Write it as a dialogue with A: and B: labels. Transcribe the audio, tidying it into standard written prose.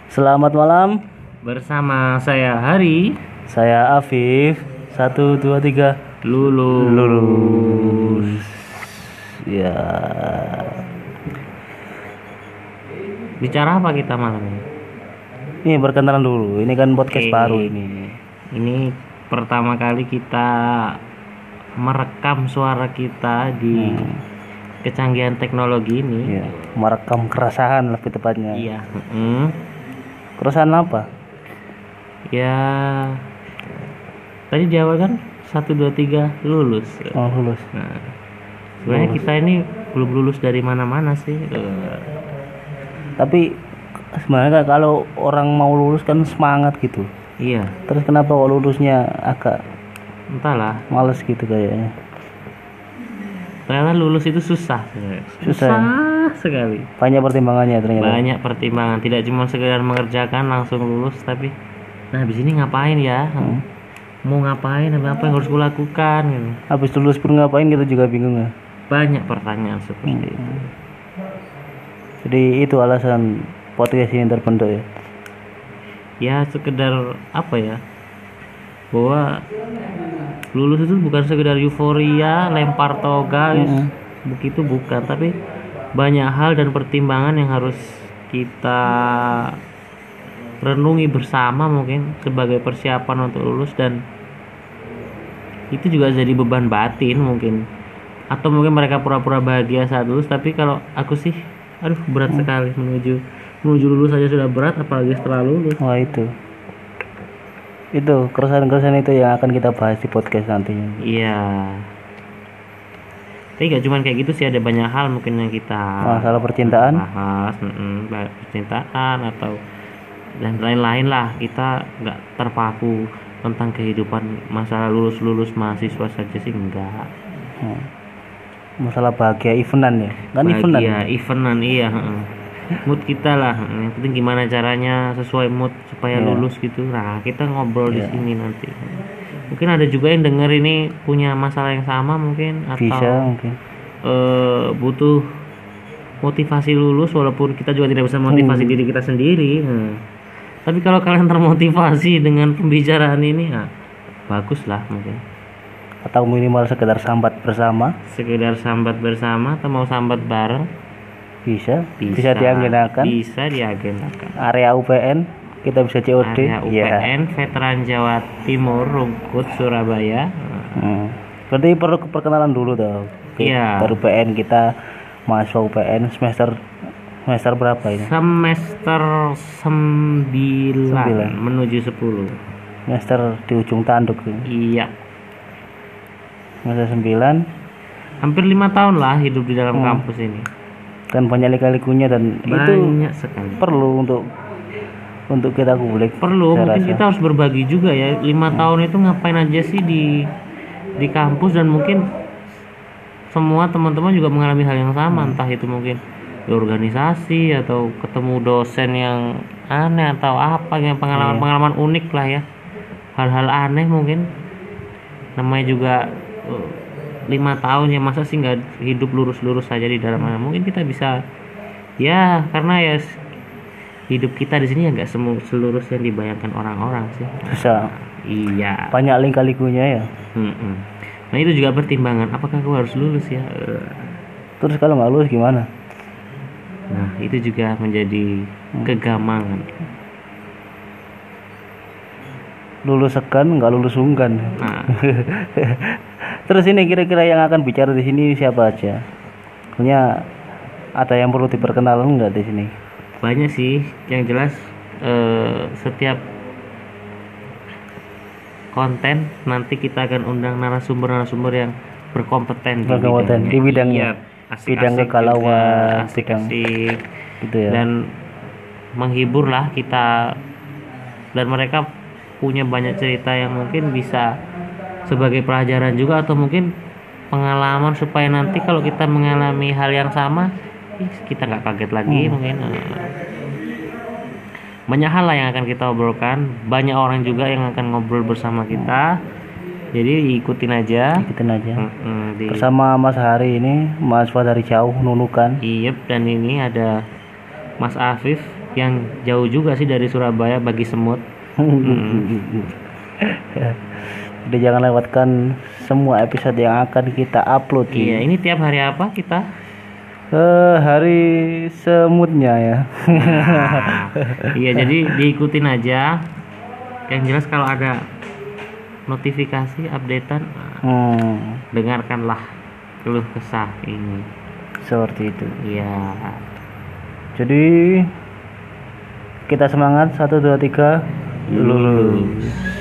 A: Selamat malam,
B: Bersama saya Hari
A: saya Afif. 1, 2, 3.
B: Lulus.
A: Ya,
B: Bicara apa kita malam ini?
A: ini perkenalan dulu. Ini kan podcast
B: Oke.
A: baru ini.
B: Ini pertama kali kita merekam suara kita di kecanggihan teknologi ini.
A: Ya, merekam keresahan lebih tepatnya.
B: Iya.
A: Keresahan apa?
B: Ya. Tadi di awal kan 1, 2, 3 lulus.
A: Oh, lulus.
B: Nah, sebenarnya
A: Lulus.
B: kita ini belum lulus dari mana-mana sih.
A: Tapi sebenarnya kalau orang mau lulus kan semangat gitu.
B: Iya.
A: Terus kenapa kok lulusnya agak
B: Entahlah.
A: males gitu kayaknya?
B: Ternyata lulus itu susah.
A: Susah.
B: Sekali.
A: Banyak pertimbangannya ternyata.
B: Banyak pertimbangan, tidak cuma sekedar mengerjakan langsung lulus, tapi nah habis ini ngapain ya? Mau ngapain? Apa yang harus kulakukan? Gitu.
A: Habis lulus pun ngapain kita juga bingung ya.
B: Banyak pertanyaan seperti itu.
A: Jadi itu alasan podcast ini terbentuk ya.
B: Ya sekedar apa ya? Bahwa lulus itu bukan sekedar euforia, lempar toga, begitu bukan, tapi banyak hal dan pertimbangan yang harus kita renungi bersama mungkin sebagai persiapan untuk lulus, dan itu juga jadi beban batin mungkin, atau mungkin mereka pura-pura bahagia saat lulus, tapi kalau aku sih aduh berat sekali menuju lulus saja sudah berat, apalagi setelah lulus.
A: Wah, itu keresahan-keresahan itu yang akan kita bahas di podcast nantinya.
B: Iya, tapi gak cuma kayak gitu sih, ada banyak hal mungkin yang kita
A: Masalah percintaan,
B: bahas, percintaan atau dan lain-lain lah. Kita nggak terpaku tentang kehidupan masalah lulus mahasiswa saja sih, enggak.
A: masalah bahagia eventan ya, kan eventan.
B: Bahagia eventan, iya. Mood kita lah, yang penting gimana caranya sesuai mood supaya lulus gitu. Nah kita ngobrol di sini nanti. Mungkin ada juga yang denger ini punya masalah yang sama mungkin, atau
A: Bisa mungkin.
B: Butuh motivasi lulus, walaupun kita juga tidak bisa motivasi diri kita sendiri. Tapi kalau kalian termotivasi dengan pembicaraan ini, bagus lah mungkin.
A: Atau minimal sekedar sambat bersama,
B: Sekedar sambat bersama atau mau sambat bareng,
A: bisa diagendakan.
B: Bisa diagendakan.
A: Area UPN kita bisa COD.
B: Area UPN, Veteran Jawa Timur, Rungkut, Surabaya.
A: Berarti perlu perkenalan dulu tuh.
B: Iya.
A: Dari UPN kita, mahasiswa UPN semester berapa ini?
B: Semester 9 menuju 10.
A: Semester di ujung tanduk ini.
B: Iya.
A: Semester 9.
B: Hampir 5 tahun lah hidup di dalam kampus ini.
A: Dan banyak lika-likunya, dan itu
B: Banyak sekali.
A: perlu untuk kita kulik.
B: Perlu,
A: saya
B: mungkin
A: rasa.
B: kita harus berbagi juga ya. 5 tahun itu ngapain aja sih di kampus, dan mungkin semua teman-teman juga mengalami hal yang sama, entah itu mungkin di organisasi atau ketemu dosen yang aneh atau apa, yang pengalaman unik lah ya, hal-hal aneh mungkin. Namanya juga 5 tahun ya, masa sih nggak hidup lurus-lurus saja di dalam mana. Mungkin kita bisa ya, karena ya hidup kita di sini ya nggak selurus yang dibayangkan orang-orang sih.
A: Bisa.
B: Iya.
A: Banyak lika-likunya ya.
B: Nah itu juga pertimbangan, apakah aku harus lulus ya.
A: Terus kalau nggak lulus gimana?
B: Nah itu juga menjadi kegamangan.
A: Lulus segan, nggak lulus sungkan.
B: Nah,
A: Terus ini kira-kira yang akan bicara di sini siapa aja? Punya ada yang perlu diperkenalkan nggak di sini?
B: banyak sih, yang jelas setiap konten nanti kita akan undang narasumber yang berkompeten
A: Di bidangnya.
B: Iya,
A: Bidang
B: asik-asik
A: kegalauan,
B: juga, asik-asik
A: gitu ya.
B: dan menghibur lah kita, dan mereka punya banyak cerita yang mungkin bisa sebagai pelajaran juga, atau mungkin pengalaman supaya nanti kalau kita mengalami hal yang sama kita nggak kaget lagi. Mungkin banyak hal lah yang akan kita obrolkan, banyak orang juga yang akan ngobrol bersama kita, jadi ikutin aja.
A: Bersama Mas Hari ini, mahasiswa dari jauh Nunukan.
B: Iyep, dan ini ada Mas Afif yang jauh juga sih dari Surabaya bagi semut.
A: Jadi jangan lewatkan semua episode yang akan kita upload.
B: Iya, ini tiap hari apa kita?
A: Hari semutnya ya.
B: Iya, jadi diikutin aja. Yang jelas kalau ada notifikasi updatean, dengarkanlah keluh kesah ini.
A: Seperti itu.
B: Iya.
A: Jadi kita semangat 1 2 3 lulus.